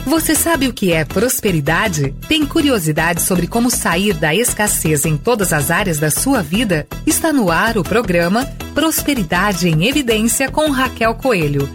Você sabe o que é prosperidade? Tem curiosidade sobre como sair da escassez em todas as áreas da sua vida? Está no ar o programa Prosperidade em Evidência com Raquel Coelho.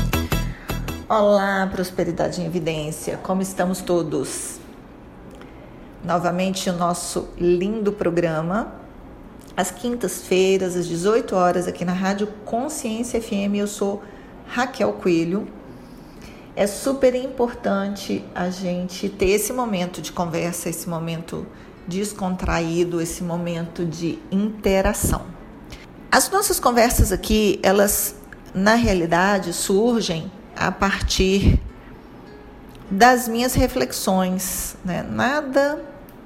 Olá, Prosperidade em Evidência, como estamos todos? Novamente o nosso lindo programa, às quintas-feiras, às 18 horas, aqui na Rádio Consciência FM. Eu sou Raquel Coelho. É super importante a gente ter esse momento de conversa, esse momento descontraído, esse momento de interação. As nossas conversas aqui, elas, na realidade, surgem a partir das minhas reflexões, né? Nada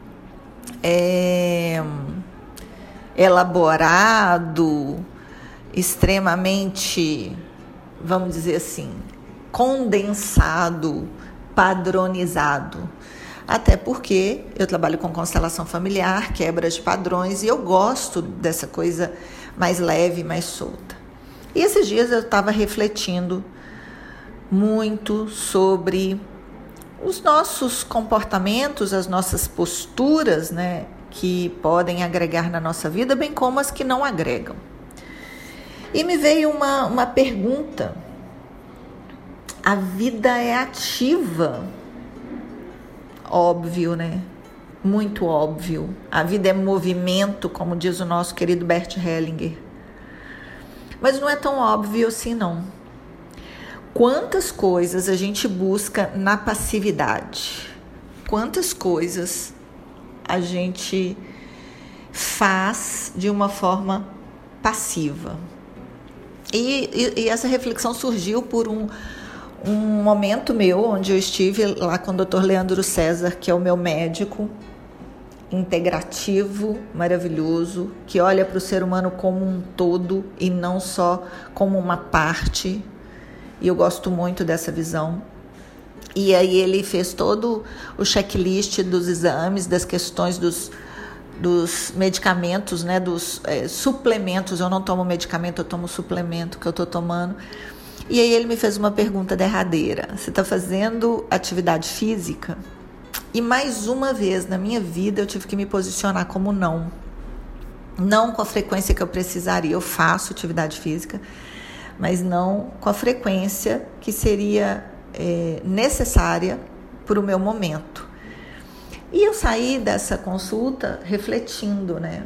elaborado, extremamente, vamos dizer assim, condensado, padronizado. Até porque eu trabalho com constelação familiar, quebra de padrões, e eu gosto dessa coisa mais leve, mais solta. E esses dias eu estava refletindo muito sobre os nossos comportamentos, as nossas posturas, né, que podem agregar na nossa vida, bem como as que não agregam. E me veio uma pergunta. A vida é ativa? Óbvio, né? Muito óbvio. A vida é movimento, como diz o nosso querido Bert Hellinger. Mas não é tão óbvio assim, não. Quantas coisas a gente busca na passividade? Quantas coisas a gente faz de uma forma passiva? E essa reflexão surgiu por um momento meu, onde eu estive lá com o Dr. Leandro César, que é o meu médico integrativo, maravilhoso, que olha para o ser humano como um todo e não só como uma parte. E eu gosto muito dessa visão. E aí ele fez todo o checklist dos exames, das questões dos medicamentos, né, dos suplementos. Eu não tomo medicamento, eu tomo suplemento que eu estou tomando. E aí ele me fez uma pergunta derradeira. Você está fazendo atividade física? E mais uma vez na minha vida eu tive que me posicionar como não. Não com a frequência que eu precisaria. Eu faço atividade física, mas não com a frequência que seria necessária para o meu momento. E eu saí dessa consulta refletindo, né?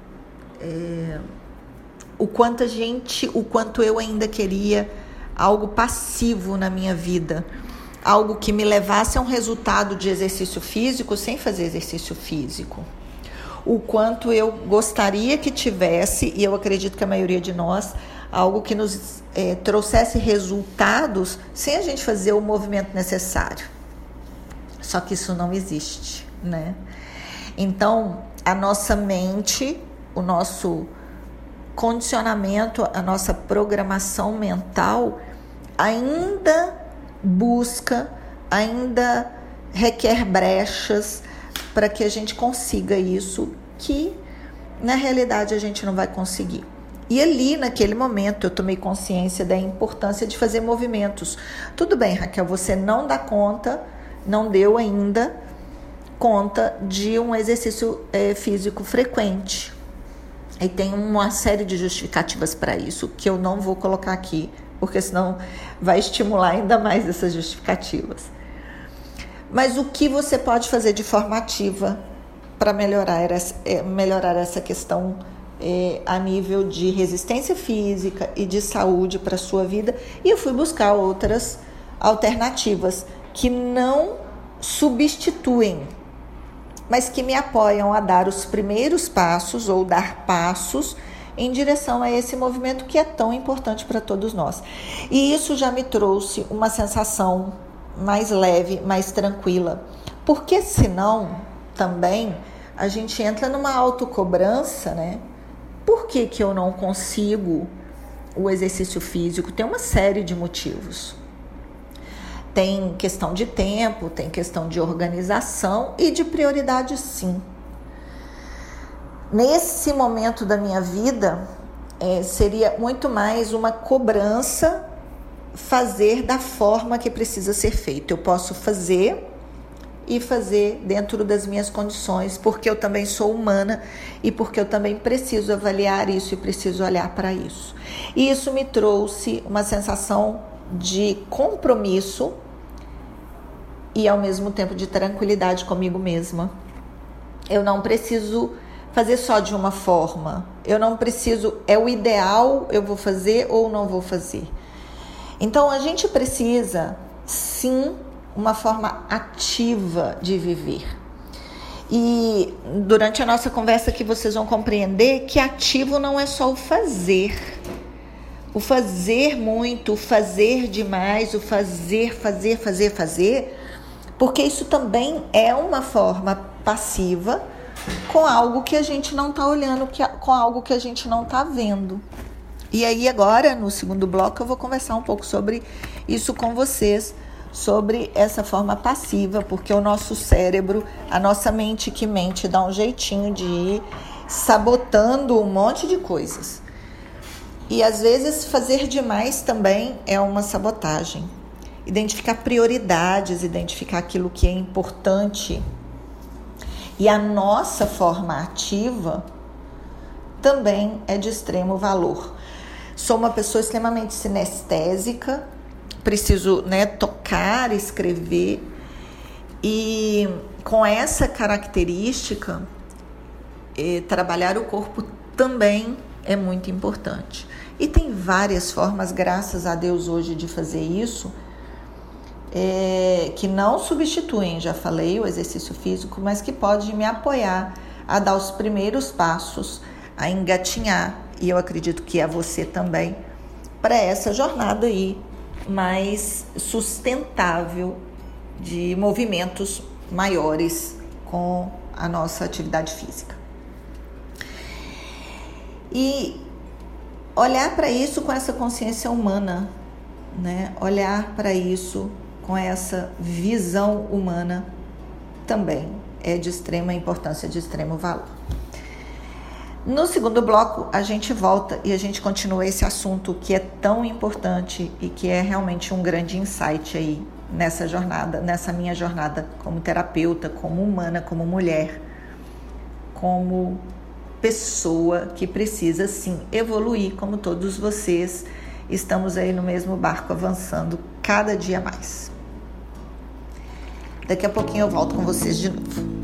O quanto eu ainda queria algo passivo na minha vida, algo que me levasse a um resultado de exercício físico sem fazer exercício físico. O quanto eu gostaria que tivesse, e eu acredito que a maioria de nós, algo que nos trouxesse resultados sem a gente fazer o movimento necessário. Só que isso não existe, né? Então, a nossa mente, o nosso condicionamento, a nossa programação mental ainda busca, ainda requer brechas para que a gente consiga isso, que na realidade a gente não vai conseguir. E ali, naquele momento, eu tomei consciência da importância de fazer movimentos. Tudo bem, Raquel, você não dá conta, não deu ainda conta de um exercício físico frequente. E tem uma série de justificativas para isso, que eu não vou colocar aqui, porque senão vai estimular ainda mais essas justificativas. Mas o que você pode fazer de forma ativa para melhorar essa questão a nível de resistência física e de saúde para a sua vida? E eu fui buscar outras alternativas que não substituem, mas que me apoiam a dar os primeiros passos ou dar passos em direção a esse movimento que é tão importante para todos nós. E isso já me trouxe uma sensação mais leve, mais tranquila. Porque senão, também, a gente entra numa autocobrança, né? Por que eu não consigo o exercício físico? Tem uma série de motivos. Tem questão de tempo, tem questão de organização e de prioridade, sim. Nesse momento da minha vida, seria muito mais uma cobrança fazer da forma que precisa ser feito. Eu posso fazer e fazer dentro das minhas condições, porque eu também sou humana e porque eu também preciso avaliar isso e preciso olhar para isso. E isso me trouxe uma sensação de compromisso e ao mesmo tempo de tranquilidade comigo mesma. Eu não preciso fazer só de uma forma. Eu não preciso, é o ideal, eu vou fazer ou não vou fazer. Então a gente precisa, sim, uma forma ativa de viver. E durante a nossa conversa aqui vocês vão compreender que ativo não é só o fazer muito, o fazer demais, o fazer, porque isso também é uma forma passiva com algo que a gente não está olhando, com algo que a gente não está vendo. E aí agora, no segundo bloco, eu vou conversar um pouco sobre isso com vocês, sobre essa forma passiva, porque o nosso cérebro, a nossa mente que mente, dá um jeitinho de ir sabotando um monte de coisas. E às vezes fazer demais também é uma sabotagem. Identificar prioridades, identificar aquilo que é importante. E a nossa forma ativa também é de extremo valor. Sou uma pessoa extremamente sinestésica, preciso, tocar, escrever, e com essa característica, trabalhar o corpo também é muito importante. E tem várias formas, graças a Deus, hoje de fazer isso, que não substituem, já falei, o exercício físico, mas que pode me apoiar a dar os primeiros passos, a engatinhar, e eu acredito que é você também, para essa jornada aí mais sustentável de movimentos maiores com a nossa atividade física. E olhar para isso com essa consciência humana, olhar para isso com essa visão humana também é de extrema importância, de extremo valor. No segundo bloco, a gente volta e a gente continua esse assunto que é tão importante e que é realmente um grande insight aí nessa jornada, nessa minha jornada como terapeuta, como humana, como mulher, como pessoa que precisa sim evoluir, como todos vocês. Estamos aí no mesmo barco, avançando cada dia mais. Daqui a pouquinho eu volto com vocês de novo.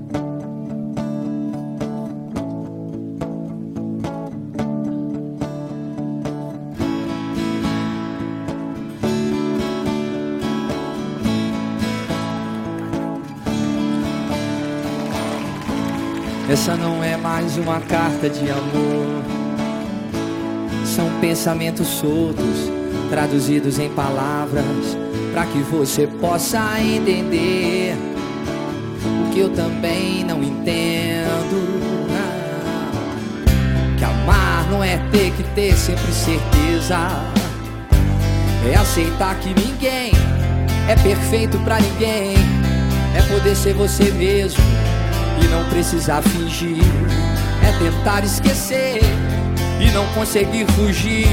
Essa não é mais uma carta de amor. São pensamentos soltos, traduzidos em palavras, para que você possa entender o que eu também não entendo. Que amar não é ter que ter sempre certeza, é aceitar que ninguém é perfeito pra ninguém, é poder ser você mesmo e não precisar fingir, é tentar esquecer e não conseguir fugir.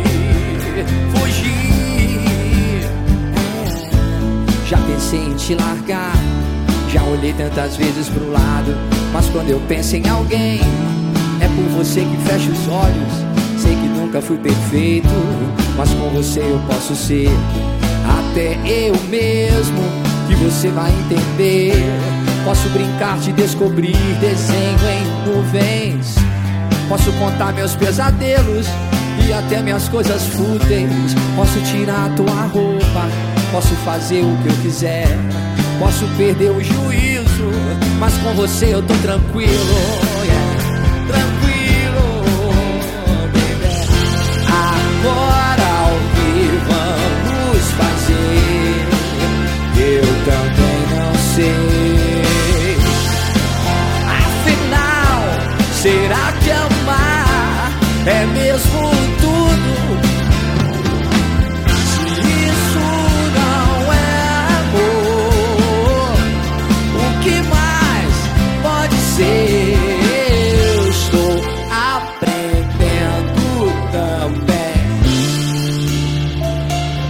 Já pensei em te largar, já olhei tantas vezes pro lado, mas quando eu penso em alguém, é por você que fecho os olhos. Sei que nunca fui perfeito, mas com você eu posso ser até eu mesmo, que você vai entender. Posso brincar de descobrir desenho em nuvens, posso contar meus pesadelos e até minhas coisas fúteis. Posso tirar a tua roupa, posso fazer o que eu quiser, posso perder o juízo, mas com você eu tô tranquilo, tranquilo, baby. Agora o que vamos fazer, eu também não sei. Será que amar é mesmo tudo? Se isso não é amor, o que mais pode ser? Eu estou aprendendo também.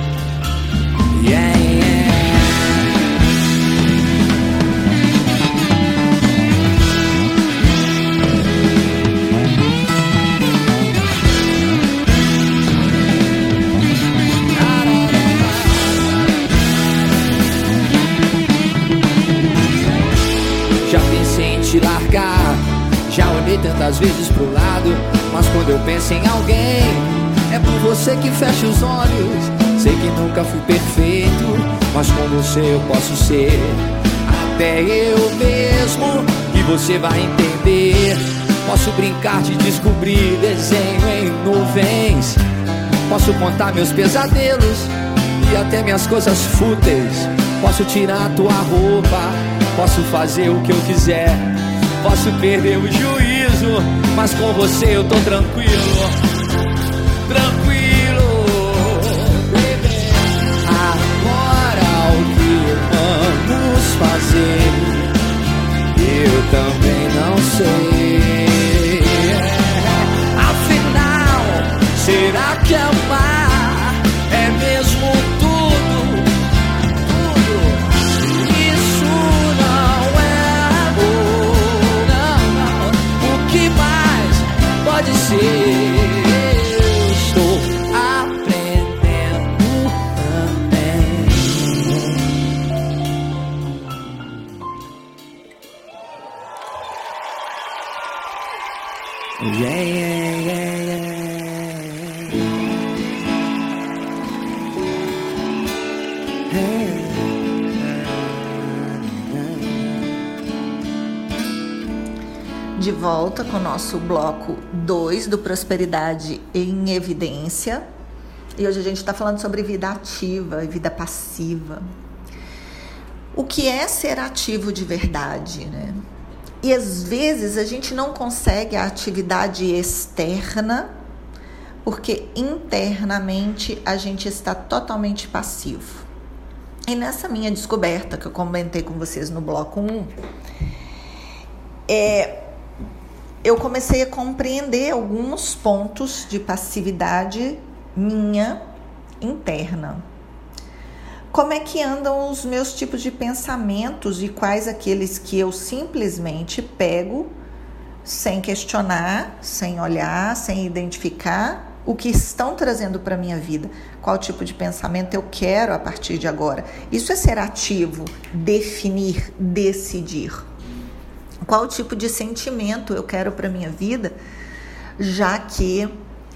tantas vezes pro lado, mas quando eu penso em alguém, é por você que fecho os olhos. Sei que nunca fui perfeito, mas com você eu posso ser até eu mesmo, e você vai entender. Posso brincar de descobrir desenho em nuvens, posso contar meus pesadelos e até minhas coisas fúteis. Posso tirar a tua roupa, posso fazer o que eu quiser, posso perder o juízo, mas com você eu tô tranquilo. Tranquilo, baby. Agora o que vamos fazer, eu também não sei. Afinal, será que amar é mesmo tudo? Tudo? Isso não é amor, não. O que mais pode ser? Eu estou aprendendo também. Yeah, yeah, yeah, yeah. De volta com o nosso bloco 2 do Prosperidade em Evidência. E hoje a gente está falando sobre vida ativa e vida passiva. O que é ser ativo de verdade, né? E às vezes a gente não consegue a atividade externa porque internamente a gente está totalmente passivo. E nessa minha descoberta que eu comentei com vocês no bloco 1, eu comecei a compreender alguns pontos de passividade minha interna. Como é que andam os meus tipos de pensamentos e quais aqueles que eu simplesmente pego sem questionar, sem olhar, sem identificar o que estão trazendo para a minha vida. Qual tipo de pensamento eu quero a partir de agora. Isso é ser ativo, definir, decidir. Qual tipo de sentimento eu quero para a minha vida, já que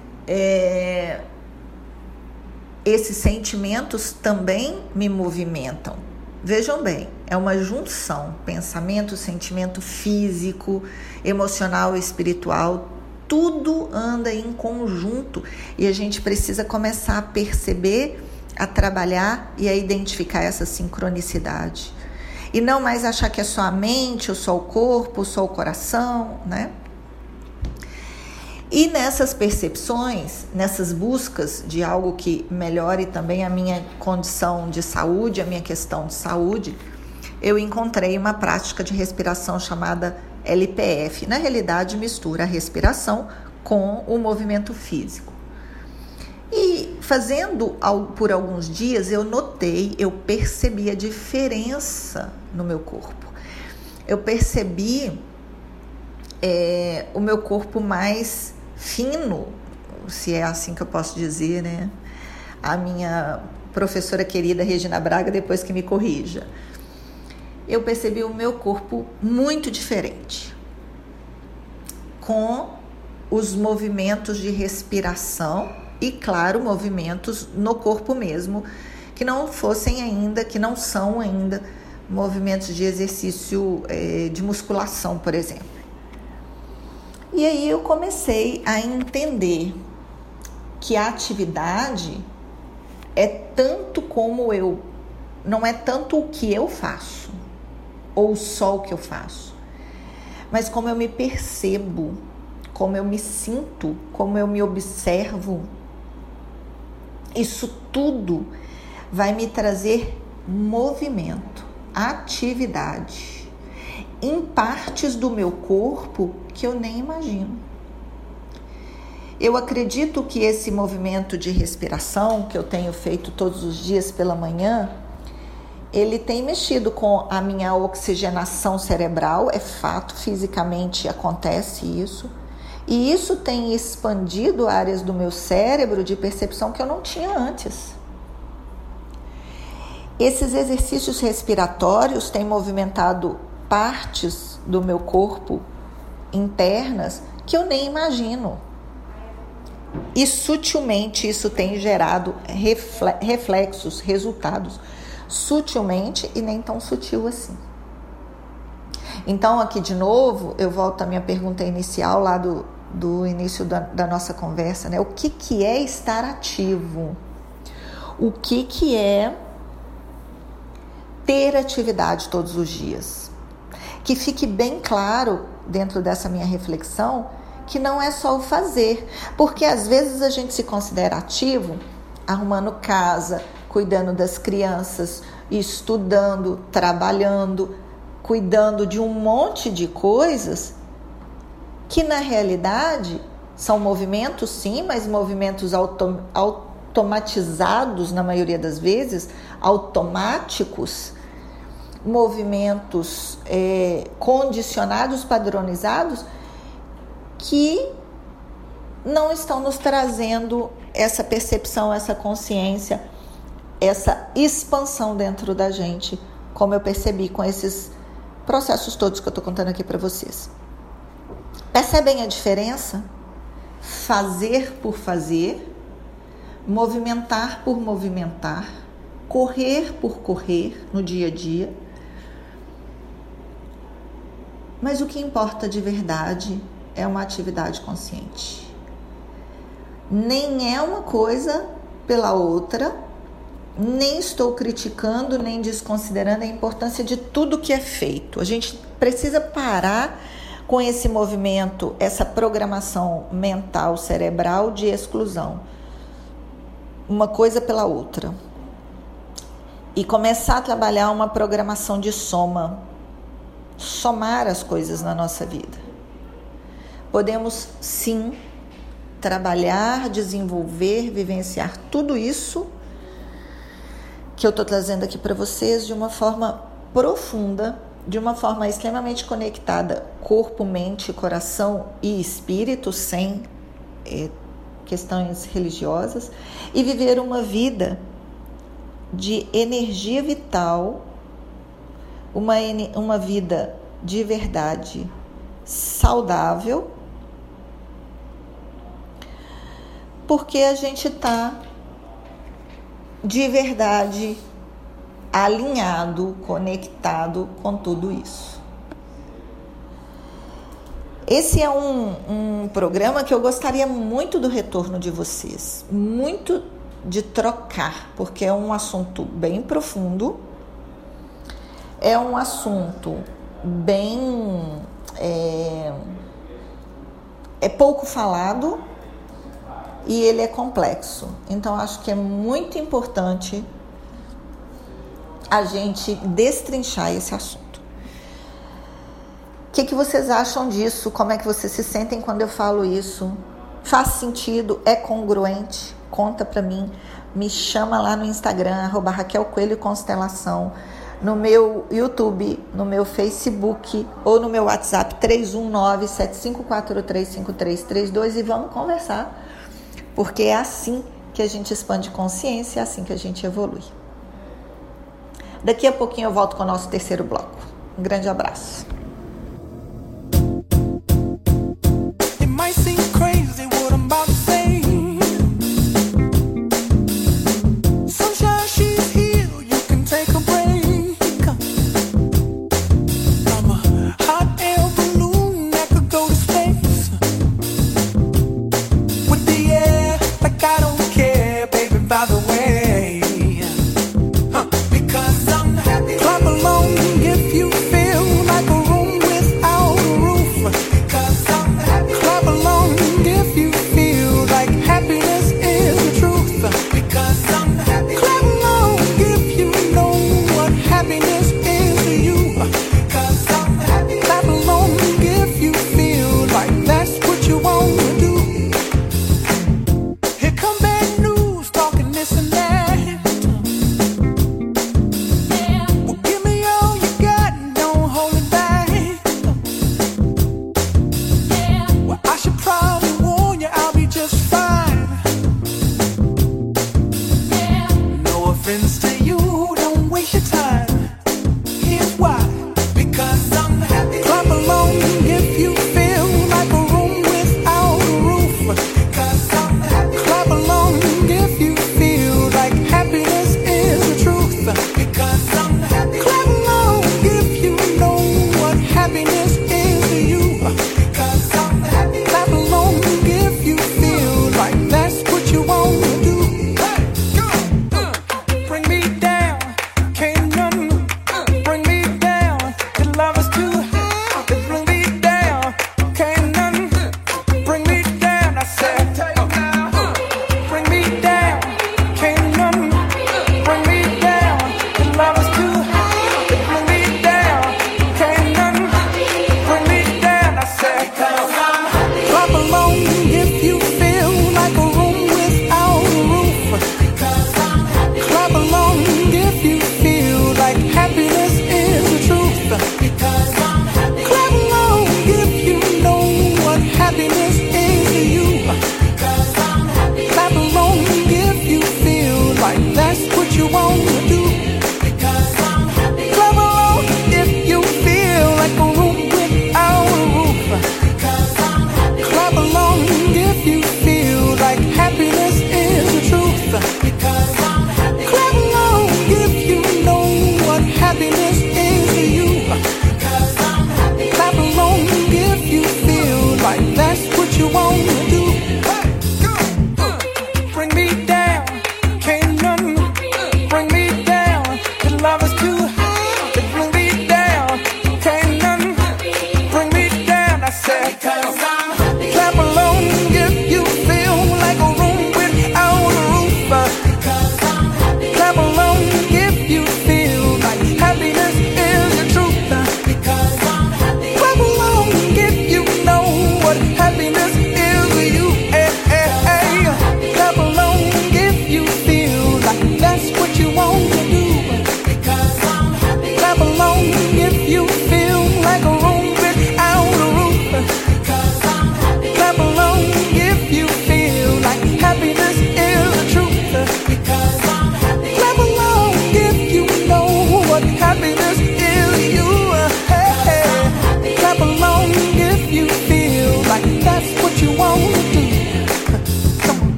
esses sentimentos também me movimentam. Vejam bem, é uma junção, pensamento, sentimento físico, emocional e espiritual, tudo anda em conjunto e a gente precisa começar a perceber, a trabalhar e a identificar essa sincronicidade. E não mais achar que é só a mente, ou só o corpo, ou só o coração, né? E nessas percepções, nessas buscas de algo que melhore também a minha condição de saúde, a minha questão de saúde, eu encontrei uma prática de respiração chamada LPF. Na realidade, mistura a respiração com o movimento físico. E fazendo por alguns dias, eu percebi a diferença no meu corpo. Eu percebi o meu corpo mais fino, se é assim que eu posso dizer, né? A minha professora querida Regina Braga, depois que me corrija. Eu percebi o meu corpo muito diferente, com os movimentos de respiração e, claro, movimentos no corpo mesmo, que não são ainda movimentos de exercício de musculação, por exemplo. E aí eu comecei a entender que a atividade é tanto como eu, não é tanto o que eu faço, ou só o que eu faço, mas como eu me percebo, como eu me sinto, como eu me observo. Isso tudo vai me trazer movimento, atividade, em partes do meu corpo que eu nem imagino. Eu acredito que esse movimento de respiração que eu tenho feito todos os dias pela manhã, ele tem mexido com a minha oxigenação cerebral, é fato, fisicamente acontece isso. E isso tem expandido áreas do meu cérebro de percepção que eu não tinha antes. Esses exercícios respiratórios têm movimentado partes do meu corpo internas que eu nem imagino. E sutilmente isso tem gerado reflexos, resultados, sutilmente e nem tão sutil assim. Então, aqui de novo, eu volto à minha pergunta inicial lá do início da nossa conversa, né? O que é estar ativo? O que é ter atividade todos os dias? Que fique bem claro dentro dessa minha reflexão que não é só o fazer, porque às vezes a gente se considera ativo arrumando casa, cuidando das crianças, estudando, trabalhando, cuidando de um monte de coisas que na realidade são movimentos sim, mas movimentos automatizados na maioria das vezes, automáticos, movimentos condicionados, padronizados, que não estão nos trazendo essa percepção, essa consciência, essa expansão dentro da gente, como eu percebi com esses processos todos que eu estou contando aqui para vocês. Percebem a diferença? Fazer por fazer, movimentar por movimentar, correr por correr no dia a dia. Mas o que importa de verdade é uma atividade consciente. Nem é uma coisa pela outra, nem estou criticando, nem desconsiderando a importância de tudo que é feito. A gente precisa parar com esse movimento, essa programação mental, cerebral de exclusão. Uma coisa pela outra. E começar a trabalhar uma programação de soma. Somar as coisas na nossa vida. Podemos, sim, trabalhar, desenvolver, vivenciar tudo isso que eu estou trazendo aqui para vocês de uma forma profunda, de uma forma extremamente conectada, corpo, mente, coração e espírito, sem questões religiosas, e viver uma vida de energia vital, uma vida de verdade saudável, porque a gente está de verdade alinhado, conectado com tudo isso. Esse é um programa que eu gostaria muito do retorno de vocês, muito de trocar, porque é um assunto bem profundo, é um assunto bem... é pouco falado e ele é complexo. Então, acho que é muito importante a gente destrinchar esse assunto. O que vocês acham disso? Como é que vocês se sentem quando eu falo isso? Faz sentido? É congruente? Conta pra mim. Me chama lá no Instagram, @RaquelCoelhoConstelação, no meu YouTube, no meu Facebook ou no meu WhatsApp 319-7543-5332 e vamos conversar. Porque é assim que a gente expande consciência, é assim que a gente evolui. Daqui a pouquinho eu volto com o nosso terceiro bloco. Um grande abraço. Clap along if you feel like a room with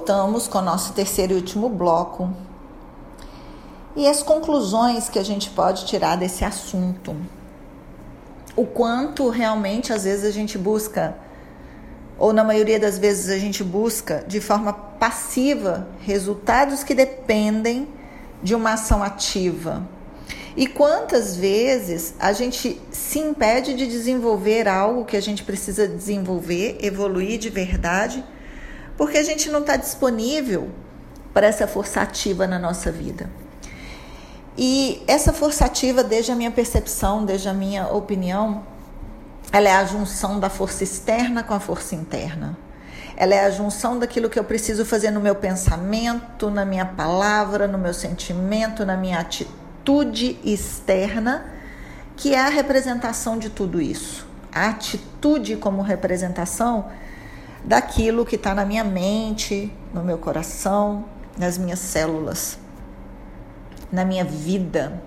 voltamos com o nosso terceiro e último bloco. E as conclusões que a gente pode tirar desse assunto. O quanto realmente, às vezes, a gente busca, ou na maioria das vezes a gente busca, de forma passiva, resultados que dependem de uma ação ativa. E quantas vezes a gente se impede de desenvolver algo que a gente precisa desenvolver, evoluir de verdade, porque a gente não está disponível para essa força ativa na nossa vida. E essa força ativa, desde a minha percepção, desde a minha opinião, ela é a junção da força externa com a força interna. Ela é a junção daquilo que eu preciso fazer no meu pensamento, na minha palavra, no meu sentimento, na minha atitude externa, que é a representação de tudo isso. A atitude como representação daquilo que está na minha mente, no meu coração, nas minhas células, na minha vida.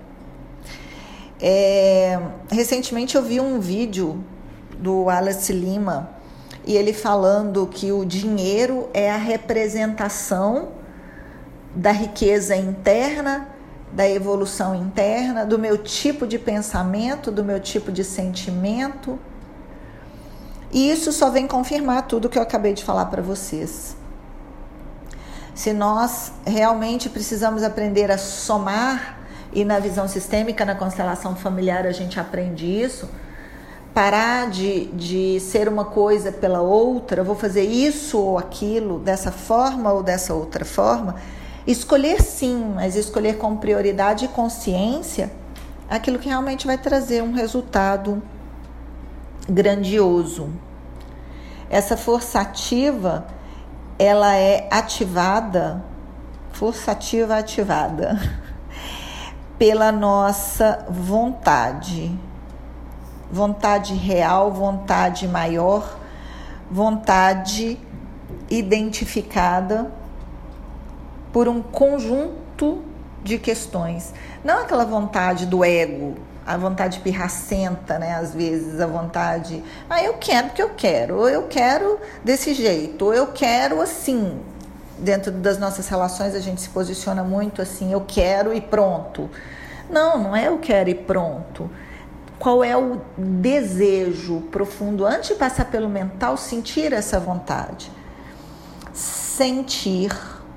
Recentemente eu vi um vídeo do Wallace Lima e ele falando que o dinheiro é a representação da riqueza interna, da evolução interna, do meu tipo de pensamento, do meu tipo de sentimento. E isso só vem confirmar tudo que eu acabei de falar para vocês. Se nós realmente precisamos aprender a somar, e na visão sistêmica, na constelação familiar, a gente aprende isso, parar de ser uma coisa pela outra, vou fazer isso ou aquilo, dessa forma ou dessa outra forma, escolher sim, mas escolher com prioridade e consciência aquilo que realmente vai trazer um resultado grandioso. Essa força ativa, ela é ativada, força ativa ativada, pela nossa vontade. Vontade real, vontade maior, vontade identificada por um conjunto de questões. Não aquela vontade do ego, a vontade pirracenta, né? Às vezes a vontade, eu quero porque eu quero, ou eu quero desse jeito, ou eu quero assim. Dentro das nossas relações a gente se posiciona muito assim, eu quero e pronto. Não é eu quero e pronto. Qual é o desejo profundo? Antes de passar pelo mental, sentir essa vontade. Sentir,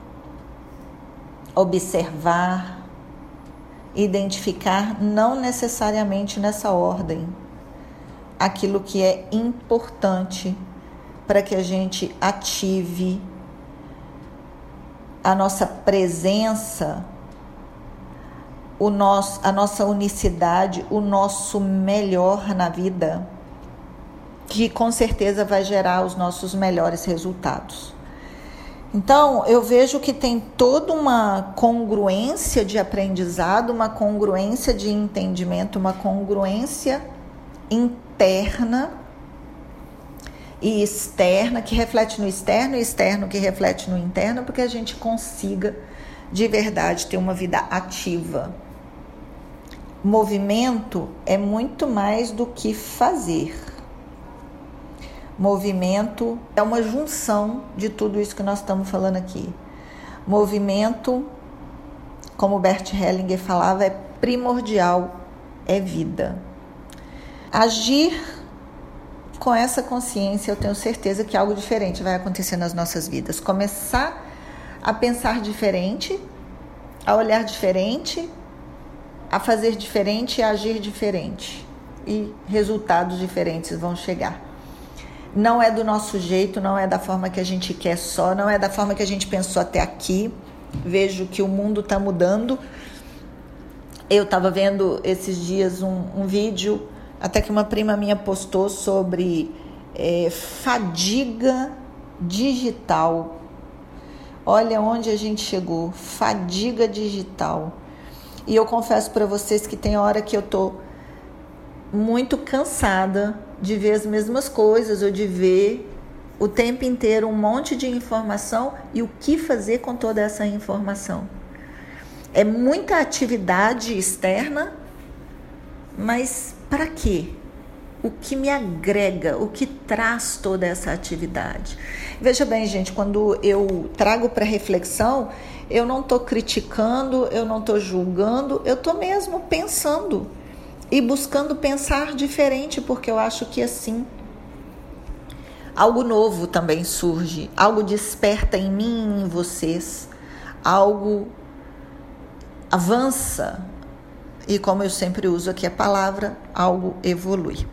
observar, identificar, não necessariamente nessa ordem, aquilo que é importante para que a gente ative a nossa presença, a nossa unicidade, o nosso melhor na vida, que com certeza vai gerar os nossos melhores resultados. Então, eu vejo que tem toda uma congruência de aprendizado, uma congruência de entendimento, uma congruência interna e externa, que reflete no externo, e externo que reflete no interno, porque a gente consiga de verdade ter uma vida ativa. Movimento é muito mais do que fazer. Movimento é uma junção de tudo isso que nós estamos falando aqui. Movimento, como Bert Hellinger falava, é primordial, é vida. Agir com essa consciência, eu tenho certeza que algo diferente vai acontecer nas nossas vidas. Começar a pensar diferente, a olhar diferente, a fazer diferente e a agir diferente. E resultados diferentes vão chegar. Não é do nosso jeito, não é da forma que a gente quer só, não é da forma que a gente pensou até aqui. Vejo que o mundo está mudando. Eu estava vendo esses dias um vídeo, até que uma prima minha postou sobre fadiga digital. Olha onde a gente chegou, fadiga digital. E eu confesso para vocês que tem hora que eu tô muito cansada de ver as mesmas coisas, ou de ver o tempo inteiro um monte de informação e o que fazer com toda essa informação. É muita atividade externa, mas para quê? o que me agrega, o que traz toda essa atividade. Veja bem, gente, quando eu trago para reflexão, eu não estou criticando, eu não estou julgando, eu estou mesmo pensando e buscando pensar diferente, porque eu acho que assim algo novo também surge, algo desperta em mim e em vocês, algo avança e, como eu sempre uso aqui a palavra, algo evolui.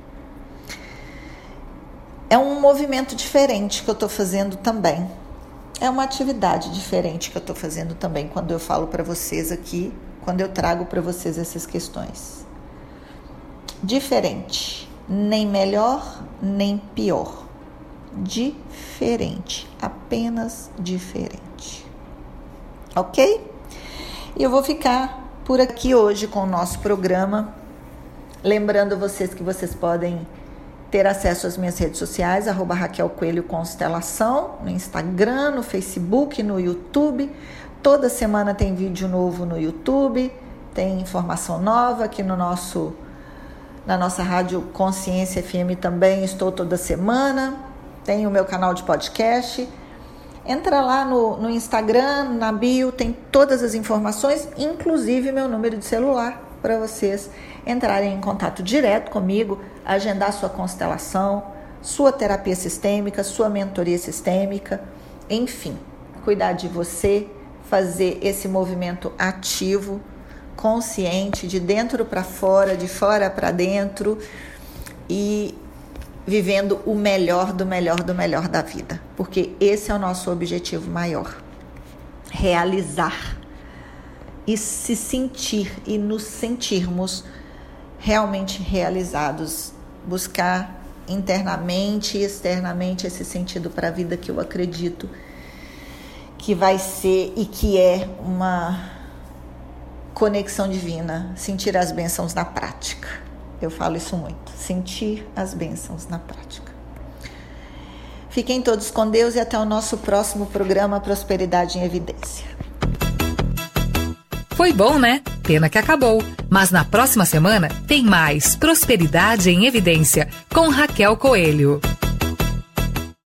É um movimento diferente que eu estou fazendo também. É uma atividade diferente que eu estou fazendo também quando eu falo para vocês aqui, quando eu trago para vocês essas questões. Diferente, nem melhor, nem pior. Diferente, apenas diferente. Ok? E eu vou ficar por aqui hoje com o nosso programa. Lembrando vocês que vocês podem ter acesso às minhas redes sociais, @Raquel Coelho Constelação, no Instagram, no Facebook, no YouTube. Toda semana tem vídeo novo no YouTube, tem informação nova aqui na nossa Rádio Consciência FM também, estou toda semana. Tem o meu canal de podcast. Entra lá no Instagram, na bio, tem todas as informações, inclusive meu número de celular, para vocês entrarem em contato direto comigo, agendar sua constelação, sua terapia sistêmica, sua mentoria sistêmica, enfim, cuidar de você, fazer esse movimento ativo, consciente, de dentro para fora, de fora para dentro e vivendo o melhor do melhor do melhor da vida, porque esse é o nosso objetivo maior, realizar e se sentir e nos sentirmos realmente realizados, buscar internamente e externamente esse sentido para a vida que eu acredito que vai ser e que é uma conexão divina, sentir as bênçãos na prática. Eu falo isso muito, sentir as bênçãos na prática. Fiquem todos com Deus e até o nosso próximo programa Prosperidade em Evidência. Foi bom, né? Pena que acabou. Mas na próxima semana tem mais Prosperidade em Evidência com Raquel Coelho.